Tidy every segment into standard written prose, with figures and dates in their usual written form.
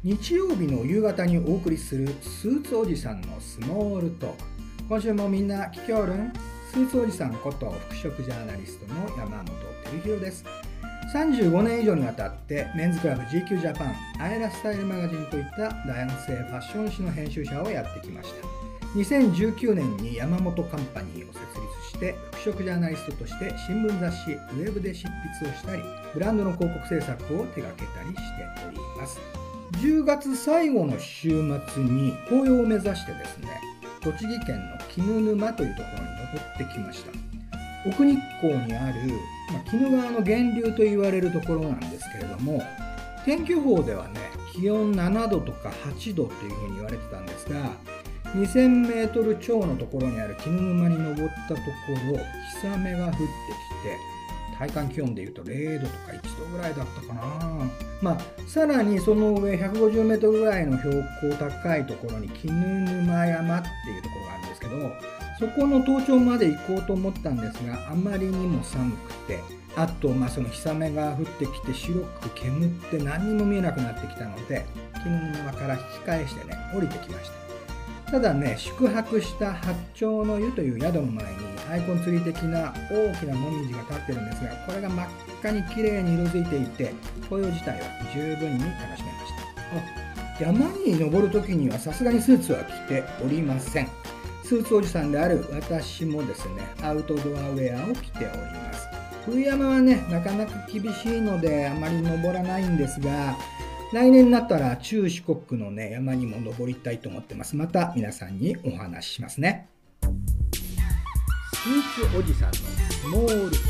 日曜日の夕方にお送りするスーツおじさんのスモールトーク。今週もみんな聞きおるん。スーツおじさんこと服飾ジャーナリストの山本照弘です。35年以上にわたってメンズクラブ GQ ジャパン、アイラスタイルマガジンといった男性ファッション誌の編集者をやってきました。2019年に山本カンパニーを設立して服飾ジャーナリストとして新聞雑誌、ウェブで執筆をしたり、ブランドの広告制作を手掛けたりしております。10月最後の週末に紅葉を目指してですね、栃木県の鬼怒沼というところに登ってきました。奥日光にある、鬼怒川の源流と言われるところなんですけれども、天気予報ではね、気温7度とか8度というふうに言われてたんですが、2000メートル超のところにある鬼怒沼に登ったところ、日雨が降ってきて、体感気温でいうと0度とか1度ぐらいだったかな。さらにその上150メートルぐらいの標高高いところに鬼怒沼山っていうところがあるんですけど、そこの登頂まで行こうと思ったんですが、あまりにも寒くて、あとその日雨が降ってきて白く煙って何にも見えなくなってきたので、鬼怒沼から引き返してね、降りてきました。ただね、宿泊した八丁の湯という宿の前にアイコンツリー的な大きなモミジが立ってるんですが、これが真っ赤に綺麗に色づいていて、紅葉自体は十分に楽しめました。山に登るときにはさすがにスーツは着ておりません。スーツおじさんである私もですね、アウトドアウェアを着ております。冬山はね、なかなか厳しいのであまり登らないんですが、来年になったら中四国のね、山にも登りたいと思ってます。また皆さんにお話ししますね。スーツおじさんのスモールトーク。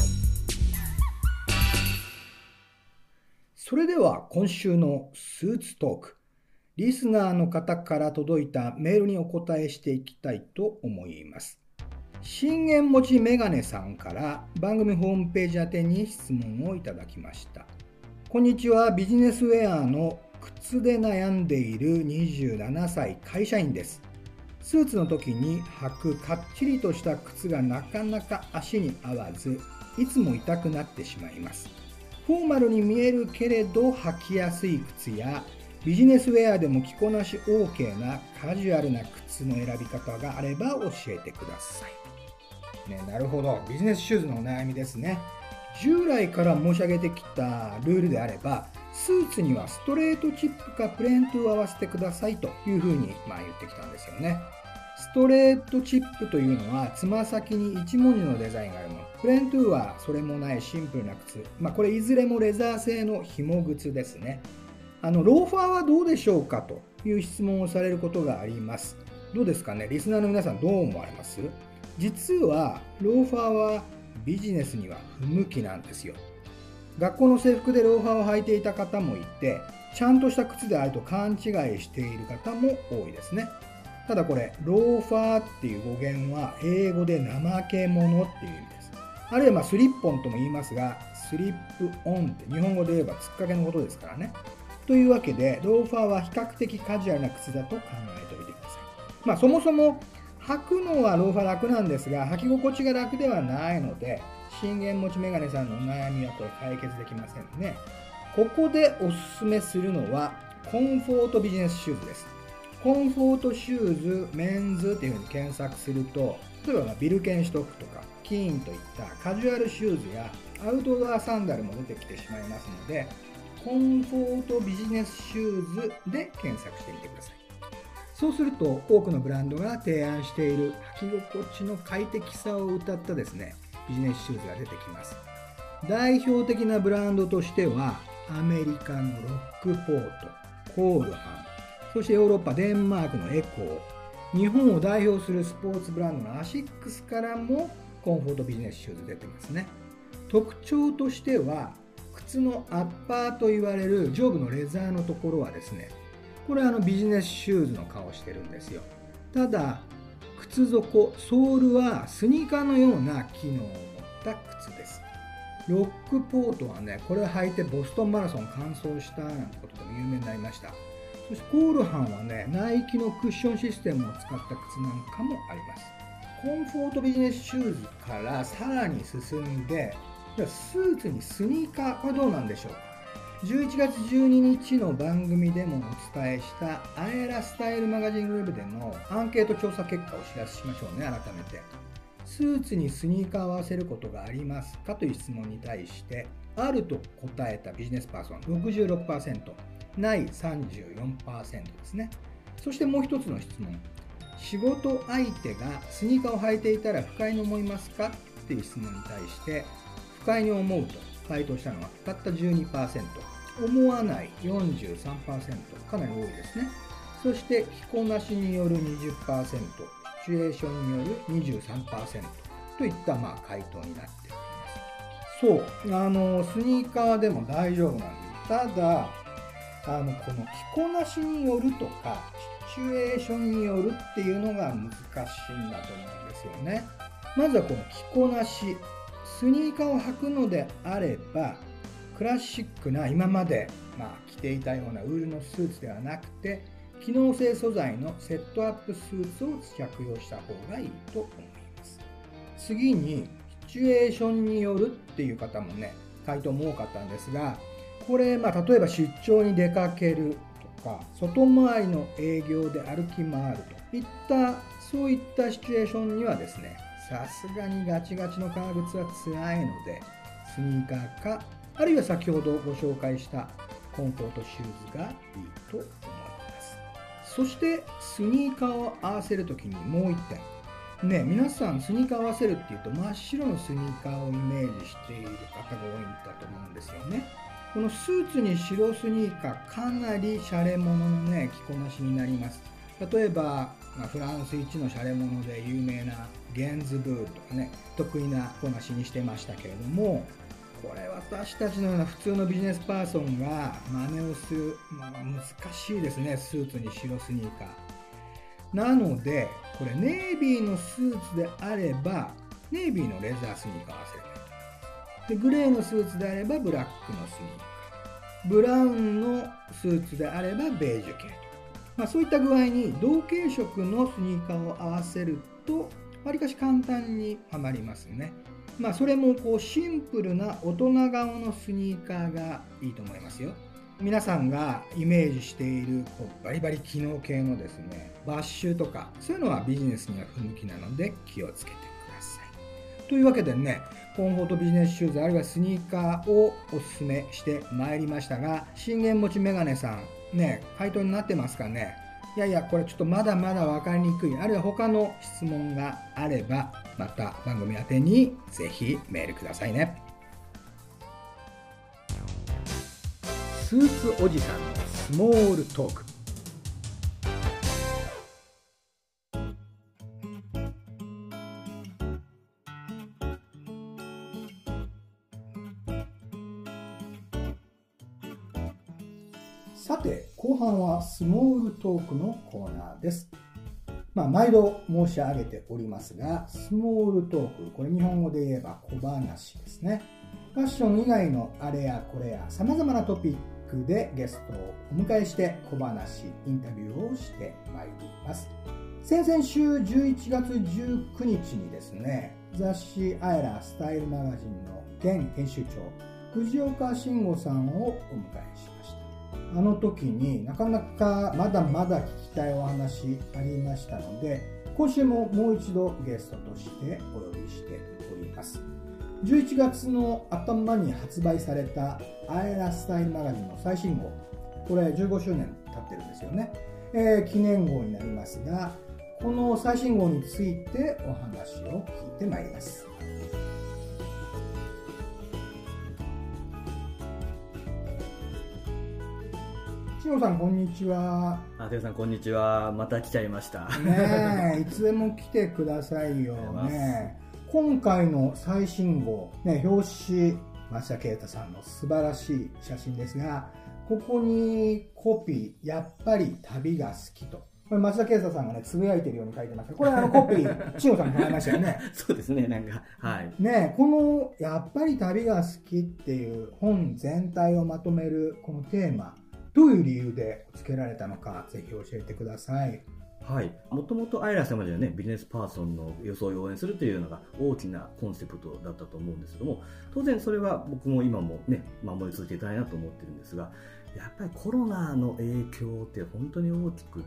それでは今週のスーツトーク。リスナーの方から届いたメールにお答えしていきたいと思います。信玄餅メガネさんから番組ホームページ宛てに質問をいただきました。こんにちは。ビジネスウェアの靴で悩んでいる27歳会社員です。スーツの時に履くかっちりとした靴がなかなか足に合わず、いつも痛くなってしまいます。フォーマルに見えるけれど履きやすい靴や、ビジネスウェアでも着こなし OK なカジュアルな靴の選び方があれば教えてください。ね、なるほど。ビジネスシューズのお悩みですね。従来から申し上げてきたルールであれば、スーツにはストレートチップかプレーントゥーを合わせてくださいというふうに言ってきたんですよね。ストレートチップというのはつま先に1文字のデザインがあるもの。プレーントゥーはそれもないシンプルな靴。これいずれもレザー製の紐靴ですね。ローファーはどうでしょうかという質問をされることがあります。どうですかね、リスナーの皆さんどう思われます？実はローファーはビジネスには不向きなんですよ。学校の制服でローファーを履いていた方もいて、ちゃんとした靴であると勘違いしている方も多いですね。ただこれ、ローファーっていう語源は英語で怠け者っていう意味です。あるいはスリッポンとも言いますが、スリップオンって日本語で言えばつっかけのことですからね。というわけで、ローファーは比較的カジュアルな靴だと考えておいてください。そもそも履くのはローファー楽なんですが、履き心地が楽ではないので、信玄餅メガネさんのお悩みはこれ解決できませんね。ここでおすすめするのはコンフォートビジネスシューズです。コンフォートシューズメンズっていうふうに検索すると、例えばビルケンシュトックとかキーンといったカジュアルシューズやアウトドアサンダルも出てきてしまいますので、コンフォートビジネスシューズで検索してみてください。そうすると多くのブランドが提案している履き心地の快適さを謳ったですね、ビジネスシューズが出てきます。代表的なブランドとしてはアメリカのロックポート、コールハン、そしてヨーロッパデンマークのエコー、日本を代表するスポーツブランドのアシックスからもコンフォートビジネスシューズ出てますね。特徴としては靴のアッパーと言われる上部のレザーのところはですね、これはビジネスシューズの顔をしてるんですよ。ただ靴底、ソールはスニーカーのような機能を持った靴です。ロックポートはね、これを履いてボストンマラソン完走したなんてことでも有名になりました。そしてコールハンはね、ナイキのクッションシステムを使った靴なんかもあります。コンフォートビジネスシューズからさらに進んで、スーツにスニーカーはどうなんでしょうか。 11月12日の番組でもお伝えしたアエラスタイルマガジンウェブでのアンケート調査結果をお知らせしましょうね。改めてスーツにスニーカーを合わせることがありますかという質問に対してあると答えたビジネスパーソン 66%、 ない 34% ですね。そしてもう一つの質問、仕事相手がスニーカーを履いていたら不快に思いますかっていう質問に対して不快に思うと回答したのはたった 12%、 思わない 43%、 かなり多いですね。そして着こなしによる 20%、 シチュエーションによる 23% といった回答になっております。そう、スニーカーでも大丈夫なんです。ただこの着こなしによるとかシチュエーションによるっていうのが難しいんだと思うんですよね。まずはこの着こなし、スニーカーを履くのであればクラシックな今まで着ていたようなウールのスーツではなくて機能性素材のセットアップスーツを着用した方がいいと思います。次にシチュエーションによるっていう方もね回答も多かったんですが、これ例えば出張に出かけるとか外回りの営業で歩き回るといったそういったシチュエーションにはですね、さすがにガチガチの革靴は辛いのでスニーカーかあるいは先ほどご紹介したコンフォートシューズがいいと思います。そしてスニーカーを合わせるときにもう一点ね、皆さんスニーカーを合わせるっていうと真っ白のスニーカーをイメージしている方が多いんだと思うんですよね。このスーツに白スニーカーかなりシャレ物のね着こなしになります。例えば、フランス一のシャレ物で有名なゲンズブールとかね得意な着こなしにしてましたけれども、これ私たちのような普通のビジネスパーソンが真似をする、難しいですね。スーツに白スニーカーなので、これネイビーのスーツであればネイビーのレザースニーカーを合わせればいいと思います。でグレーのスーツであればブラックのスニーカー、ブラウンのスーツであればベージュ系と、そういった具合に同系色のスニーカーを合わせるとわりかし簡単にはまりますね。それもシンプルな大人顔のスニーカーがいいと思いますよ。皆さんがイメージしているバリバリ機能系のですねバッシュとかそういうのはビジネスには不向きなので気をつけてください。というわけでね、コンフォートビジネスシューズあるいはスニーカーをおすすめしてまいりましたが、信玄餅メガネさんね回答になってますかね。いやいやこれちょっとまだまだ分かりにくい、あるいは他の質問があればまた番組宛てにぜひメールくださいね。スーツおじさんのスモールトーク。さて後半はスモールトークのコーナーです。毎度申し上げておりますが、スモールトーク、これ日本語で言えば小話ですね。ファッション以外のあれやこれや様々なトピックでゲストをお迎えして小話、インタビューをしてまいります。先々週11月19日にですね、雑誌アエラスタイルマガジンの現編集長藤岡慎吾さんをお迎えしました。あの時になかなかまだまだ聞きたいお話ありましたので、今週ももう一度ゲストとしてお呼びしております。11月の頭に発売されたアエラスタイルマガジンの最新号、これ15周年経ってるんですよね。記念号になりますが、この最新号についてお話を聞いてまいります。慎吾さんこんにちは。 てるさんこんにちは。また来ちゃいましたねえいつでも来てくださいよね。今回の最新号、表紙松田啓太さんの素晴らしい写真ですが、ここにコピー、やっぱり旅が好きと、これ松田啓太さんがねつぶやいてるように書いてますけど、これコピー慎吾さんにもらいましたよねそうですね、はいね、このやっぱり旅が好きっていう本全体をまとめるこのテーマ、どういう理由でつけられたのかぜひ教えてください。 はい、もともとアイラさんまではね、ビジネスパーソンの装いを応援するというのが大きなコンセプトだったと思うんですけども、当然それは僕も今もね、守り続けたいなと思ってるんですが、やっぱりコロナの影響って本当に大きくって、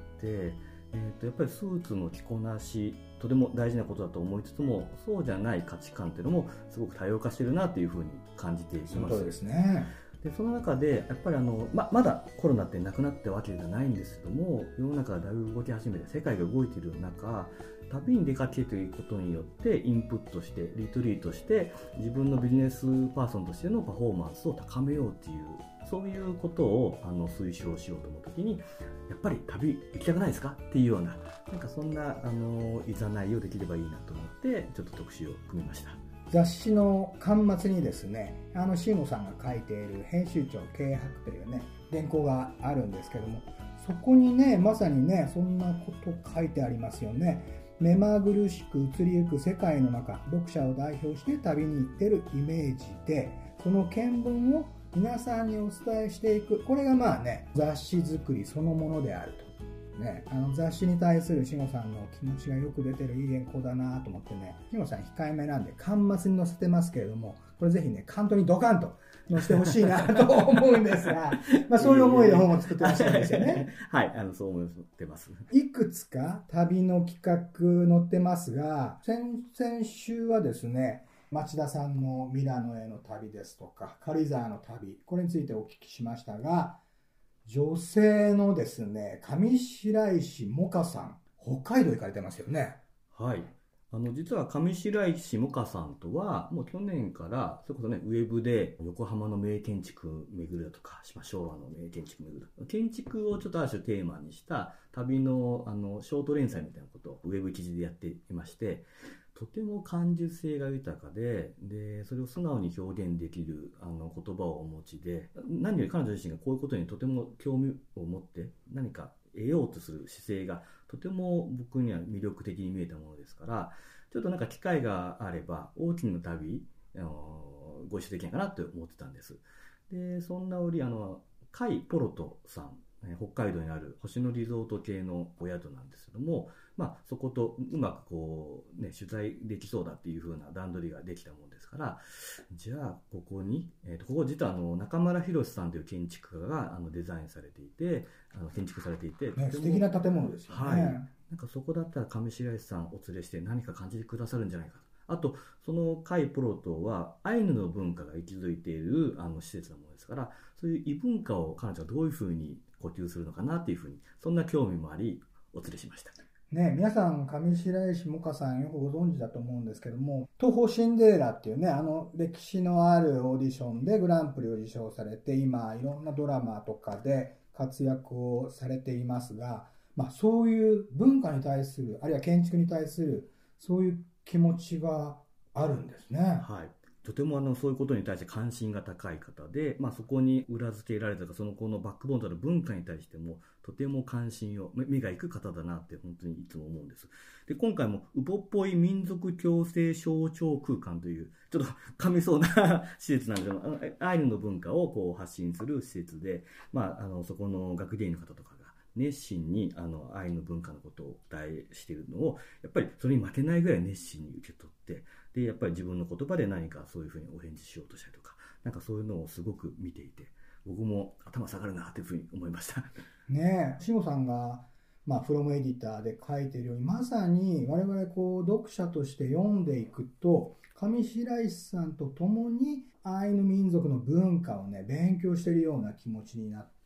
やっぱりスーツの着こなし、とても大事なことだと思いつつも、そうじゃない価値観っていうのもすごく多様化してるなというふうに感じています。 そうですね。 でその中でやっぱりまだコロナってなくなったわけじゃないんですけども、世の中がだいぶ動き始めて世界が動いている中、旅に出かけるということによってインプットしてリトリートして自分のビジネスパーソンとしてのパフォーマンスを高めようっていう、そういうことを推奨しようと思うときに、やっぱり旅行きたくないですかっていうような、なんかそんないざないをできればいいなと思ってちょっと特集を組みました。 雑誌の巻末にですね、慎吾さんが書いている編集長経営博というね原稿があるんですけども、そこにねまさにねそんなこと書いてありますよね。目まぐるしく移りゆく世界の中、読者を代表して旅に行ってるイメージで、その見聞を皆さんにお伝えしていく、これがまあね雑誌作りそのものであると。ね、雑誌に対する慎吾さんの気持ちがよく出てるいい原稿だなと思ってね、慎吾さん控えめなんで巻末に載せてますけれども、これぜひね関東にドカンと載せてほしいなと思うんですがまあそういう思いで本を作ってらっしゃるんですよね。 はい、そう思ってます。 いくつか旅の企画載ってますが、先々週はですね、町田さんのミラノへの旅ですとか軽井沢の旅、これについてお聞きしましたが、女性のですね、上白石萌歌さん、北海道行かれてますよね。 はい。実は上白石萌歌さんとは、もう去年から、それこそね、ウェブで横浜の名建築巡るだとか、昭和の名建築巡る。建築をちょっとある種テーマにした旅の、ショート連載みたいなことをウェブ記事でやっていまして、とても感受性が豊かで、それを素直に表現できる言葉をお持ちで、何より彼女自身がこういうことにとても興味を持って何か得ようとする姿勢がとても僕には魅力的に見えたものですから、ちょっとなんか機会があれば大きな旅ご一緒できないかなと思ってたんです。でそんな折甲斐ポロトさん、北海道にある星野リゾート系のお宿なんですけども、そことうまくこう、ね、取材できそうだっていう風な段取りができたもんですから、じゃあここに、ここ実は中村博さんという建築家がデザインされていて、建築されていて、 ね、素敵な建物ですよね。 はい、なんかそこだったら上白石さんお連れして何か感じてくださるんじゃないかと。あとその甲斐ポロトはアイヌの文化が息づいている施設なものですから、そういう異文化を彼女はどういうふうに呼吸するのかなっていうふうに、そんな興味もありお連れしました。 ね、皆さん上白石萌歌さんよくご存知だと思うんですけども、東宝シンデレラっていうね歴史のあるオーディションでグランプリを受賞されて、今いろんなドラマとかで活躍をされていますが、そういう文化に対する、あるいは建築に対するそういう気持ちがあるんですね。 はい、とてもそういうことに対して関心が高い方で、そこに裏付けられたか、その子のバックボーンとなる文化に対してもとても関心を目がいく方だなって本当にいつも思うんです。で今回もウポっぽい民族共生象徴空間というちょっと噛みそうな施設なんですけど、アイヌの文化をこう発信する施設で、そこの学芸員の方とかが熱心にアイヌの文化のことをお伝えしているのを、やっぱりそれに負けないぐらい熱心に受け取って、でやっぱり自分の言葉で何かそういうふうにお返事しようとしたりとか、なんかそういうのをすごく見ていて、僕も頭下がるなというふうに思いましたね。慎吾さんがフロムエディターで書いているように、まさに我々こう読者として読んでいくと、上白石さんと共にアイヌ民族の文化をね勉強しているような気持ちになって、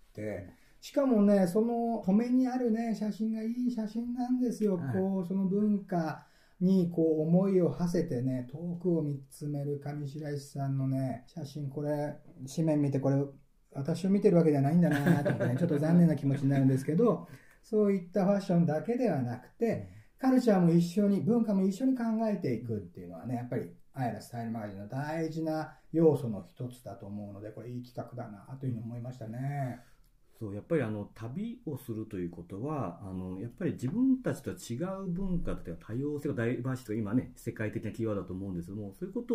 しかもねその止めにあるね写真がいい写真なんですよ。こうその文化にこう思いを馳せてね、遠くを見つめる上白石さんのね写真、これ紙面見て、これ私を見てるわけじゃないんだなと思ってね、ちょっと残念な気持ちになるんですけど、そういったファッションだけではなくて、カルチャーも一緒に、文化も一緒に考えていくっていうのはね、やっぱりアイラスタイルマガジンの大事な要素の一つだと思うので、これいい企画だなというふうに思いましたね。 そうやっぱり旅をするということはやっぱり自分たちとは違う文化というか多様性がダイバーシティとか今ね世界的なキーワードだと思うんですけども、そういうことを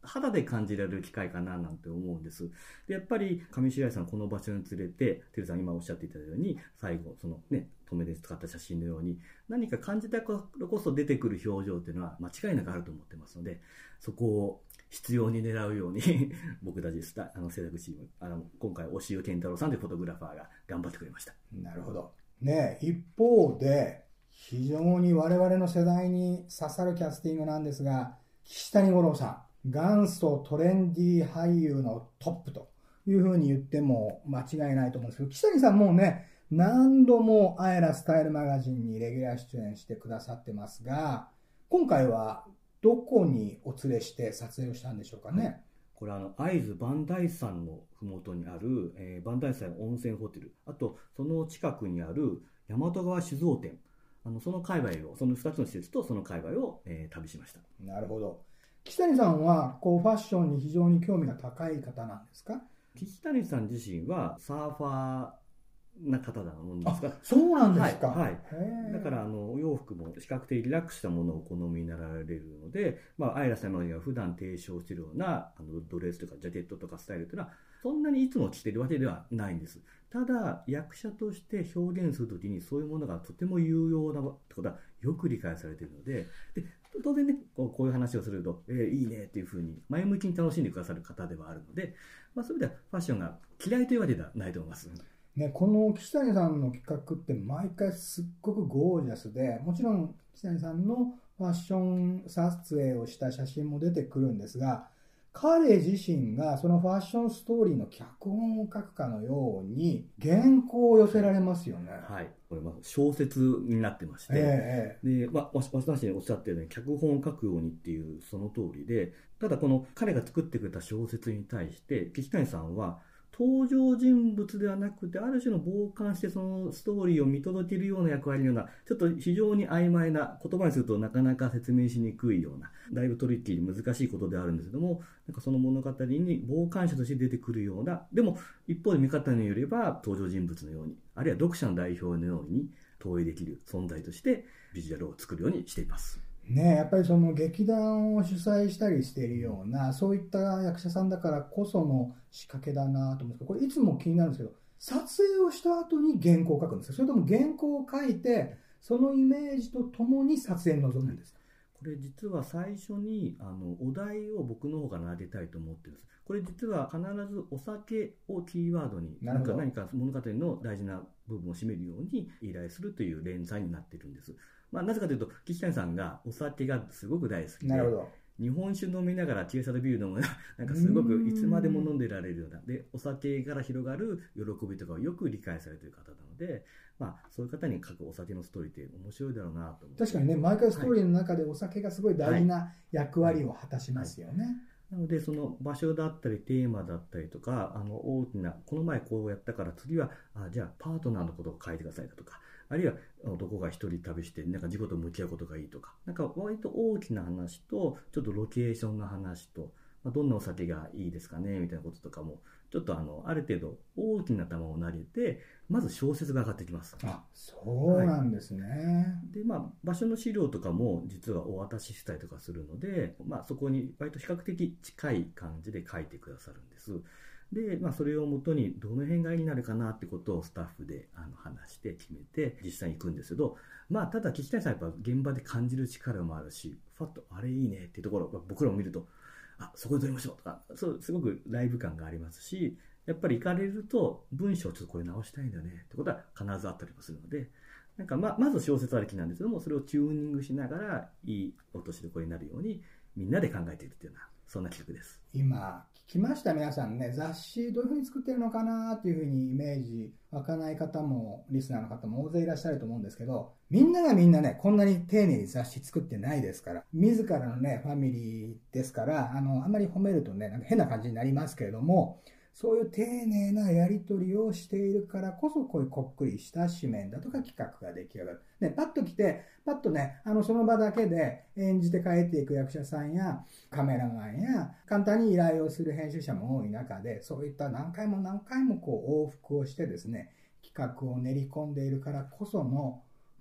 肌で感じられる機会かななんて思うんです。でやっぱり上白石さんこの場所に連れて、てるさん今おっしゃっていただいたように、最後そのね止めで使った写真のように何か感じたからこそ出てくる表情っていうのは間違いなくあると思ってますので、そこを必要に狙うように僕たち制作チーム、今回押尾健太郎さんというフォトグラファーが頑張ってくれました。 なるほど。ね、一方で非常に我々の世代に刺さるキャスティングなんですが、岸谷五郎さん、元祖トレンディー俳優のトップというふうに言っても間違いないと思うんですけど、岸谷さんもうね、何度もアエラスタイルマガジンにレギュラー出演してくださってますが、今回はどこにお連れして撮影をしたんでしょうかね。 これは会津磐梯山のふもとにある、磐梯山温泉ホテル、あとその近くにある大和川酒造店、その界隈を、その2つの施設とその界隈を、旅しました。 なるほど。岸谷さんはこうファッションに非常に興味が高い方なんですか？ 岸谷さん自身はサーファーな方だと思うんですが。 そうなんですか。 はい、だからお洋服も比較的リラックスしたものをお好みになられるので、アイラ様が普段提唱しているようなドレスとかジャケットとかスタイルというのはそんなにいつも着てるわけではないんです。ただ役者として表現するときにそういうものがとても有用なってことはよく理解されているので、当然ねこういう話をすると、いいねっていうふうに前向きに楽しんでくださる方ではあるので、そういう意味ではファッションが嫌いというわけではないと思います。 ね、この岸谷さんの企画って毎回すっごくゴージャスで、もちろん岸谷さんのファッション撮影をした写真も出てくるんですが、彼自身がそのファッションストーリーの脚本を書くかのように原稿を寄せられますよね。 はい、これ小説になってまして、で私におっしゃったように脚本を書くようにっていうその通りで、ただこの彼が作ってくれた小説に対して岸谷さんは登場人物ではなくてある種の傍観してそのストーリーを見届けるような役割のような、ちょっと非常に曖昧な、言葉にするとなかなか説明しにくいような、だいぶトリッキーで難しいことであるんですけども、なんかその物語に傍観者として出てくるような、でも一方で見方によれば登場人物のように、あるいは読者の代表のように投影できる存在としてビジュアルを作るようにしています。 ね、やっぱりその劇団を主催したりしているようなそういった役者さんだからこその仕掛けだなと思うんですけど、これいつも気になるんですけど、撮影をした後に原稿を書くんですか、それとも原稿を書いてそのイメージとともに撮影に臨むんですか？ これ実は最初にお題を僕の方から投げたいと思ってるんです。これ実は必ずお酒をキーワードに何か物語の大事な部分を占めるように依頼するという連載になっているんです。なぜかというと岸谷さんがお酒がすごく大好きで、 なるほど、 日本酒飲みながら小さなビール飲むなんかすごくいつまでも飲んでられるようなで、お酒から広がる喜びとかをよく理解されている方なので、そういう方に書くお酒のストーリーって面白いだろうなと思って。 確かにね、毎回ストーリーの中でお酒がすごい大事な役割を果たしますよね。 なのでその場所だったりテーマだったりとか、大きなこの前こうやったから次はじゃあパートナーのことを書いてくださいだとか、あるいは男が一人旅してなんか事故と向き合うことがいいとか、なんか割と大きな話とちょっとロケーションの話と、どんなお酒がいいですかねみたいなこととかもちょっとある程度大きな球を投げてまず小説が上がってきます。 そうなんですね。 で場所の資料とかも実はお渡ししたりとかするので、そこに割と比較的近い感じで書いてくださるんです。で、それをもとにどの辺がいいになるかなってことをスタッフで話して決めて実際に行くんですけど、ただ岸谷さんやっぱ現場で感じる力もあるし、ファッとあれいいねっていうところ僕らも見るとそこで撮りましょうとか、すごくライブ感がありますし、やっぱり行かれると文章ちょっとこれ直したいんだよねってことは必ずあったりもするので、なんかまず小説ありきなんですけども、それをチューニングしながらいい落としどころになるようにみんなで考えているというようなそんな企画です。 今聞きました。皆さんね、雑誌どういうふうに作ってるのかなっていうふうにイメージ湧かない方もリスナーの方も大勢いらっしゃると思うんですけど、みんながみんなねこんなに丁寧に雑誌作ってないですから、自らのねファミリーですから、あんまり褒めるとねなんか変な感じになりますけれども、そういう丁寧なやり取りをしているからこそこういうこっくりした紙面だとか企画が出来上がる。ね、パッと来てパッとねその場だけで演じて帰っていく役者さんやカメラマンや簡単に依頼をする編集者も多い中で、そういった何回もこう往復をしてですね企画を練り込んでいるからこその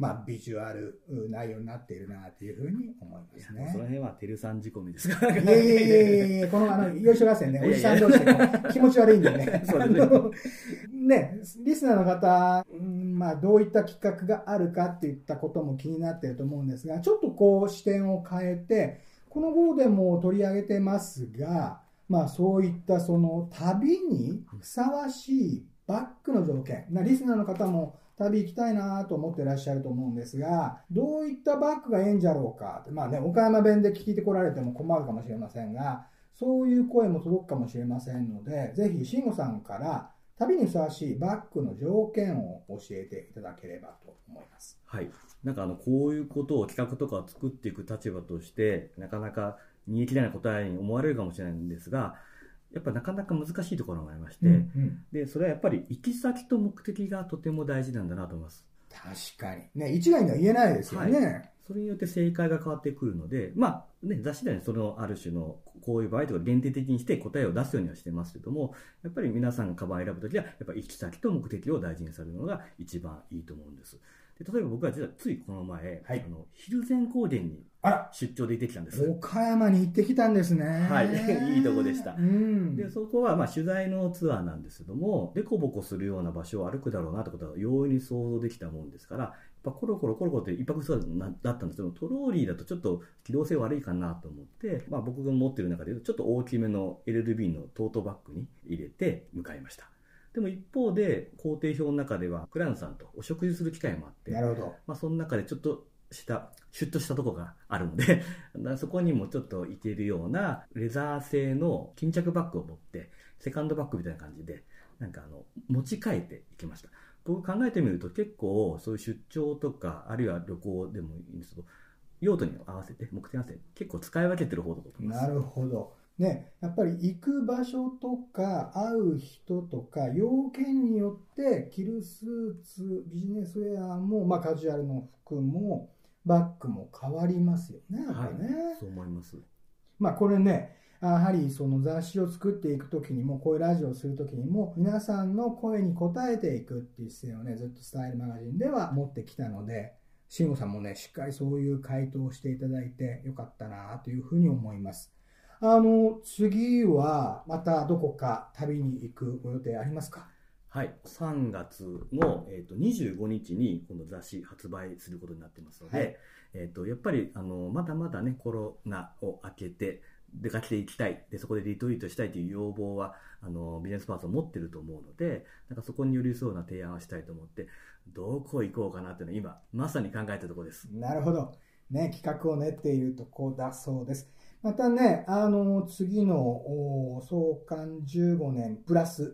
ビジュアル内容になっているなというふうに思いますね。 その辺はてるさん仕込みですから。 いやこのよいしょ合戦ね、おじさん同士で気持ち悪いんでね。 そうですね、リスナーの方、どういった企画があるかっていったことも気になっていると思うんですが、ちょっと視点を変えて、この号でも取り上げてますが、そういったその旅にふさわしいバックの条件、リスナーの方も旅行きたいなと思ってらっしゃると思うんですが、どういったバッグがええんじゃろうかって、岡山弁で聞いてこられても困るかもしれませんが、そういう声も届くかもしれませんので、ぜひ慎吾さんから旅にふさわしいバッグの条件を教えていただければと思います。 はい。こういうことを企画とかを作っていく立場として、なかなか煮え切れない答えに思われるかもしれないんですが、やっぱなかなか難しいところがありまして、でそれはやっぱり行き先と目的がとても大事なんだなと思います。 確かにね、一概には言えないですよね。 それによって正解が変わってくるので、雑誌ではそのある種のこういう場合とか限定的にして答えを出すようにはしてますけども、やっぱり皆さんがカバンを選ぶときはやっぱり行き先と目的を大事にされるのが一番いいと思うんです。で例えば僕は実はついこの前、蒜山高原に出張で行ってきたんです。 岡山に行ってきたんですね。 はい、いいとこでした。でそこは取材のツアーなんですけども、デコボコするような場所を歩くだろうなってことは容易に想像できたもんですから、やっぱコロコロって一泊ツアーだったんですけど、トローリーだとちょっと機動性悪いかなと思って、僕が持ってる中でちょっと大きめの LLB のトートバッグに入れて向かいました。でも一方で工程表の中ではクライアントさんとお食事する機会もあって、 なるほど。 その中でちょっとシュッとしたところがあるのでそこにもちょっといけるようなレザー製の巾着バッグを持ってセカンドバッグみたいな感じで持ち替えていきました。僕考えてみると結構そういう出張とかあるいは旅行でもいいんですけど、用途に合わせて目的に合わせて結構使い分けてる方だと思います。 なるほどね、やっぱり行く場所とか会う人とか要件によって着るスーツ、ビジネスウェアも、カジュアルの服もバッグも変わりますよね、やっぱりね。 そう思います。 これね、やはりその雑誌を作っていくときにも、こういうラジオをするときにも、皆さんの声に応えていくっていう姿勢をね、ずっとスタイルマガジンでは持ってきたので、慎吾さんもね、しっかりそういう回答をしていただいてよかったなというふうに思います。次はまたどこか旅に行くご予定ありますか？ はい、3月の、25日にこの雑誌発売することになってますので、やっぱりまだまだねコロナを明けて出かけていきたいで、そこでリトリートしたいという要望はビジネスパーソン持ってると思うので、そこに寄り添うような提案をしたいと思って、どこ行こうかなっていうのは今まさに考えたところです。 なるほどね、企画を練っているとこだそうです。またね、次の創刊15年プラス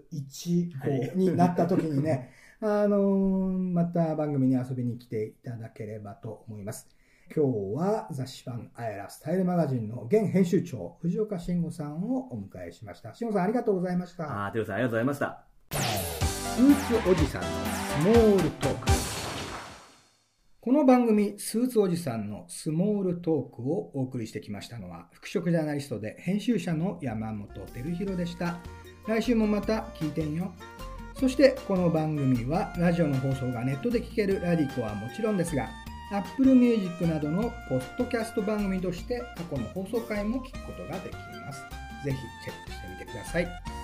1号になった時にね、また番組に遊びに来ていただければと思います。今日は雑誌ファンアエラスタイルマガジンの現編集長藤岡慎吾さんをお迎えしました。慎吾さんありがとうございました。 テロさんありがとうございました。 スーツおじさんのスモールトーク。この番組スーツおじさんのスモールトークをお送りしてきましたのは、服飾ジャーナリストで編集者の山本照弘でした。来週もまた聞いてんよ。そしてこの番組はラジオの放送がネットで聞けるラディコはもちろんですが、Apple Music などのポッドキャスト番組として過去の放送回も聞くことができます。ぜひチェックしてみてください。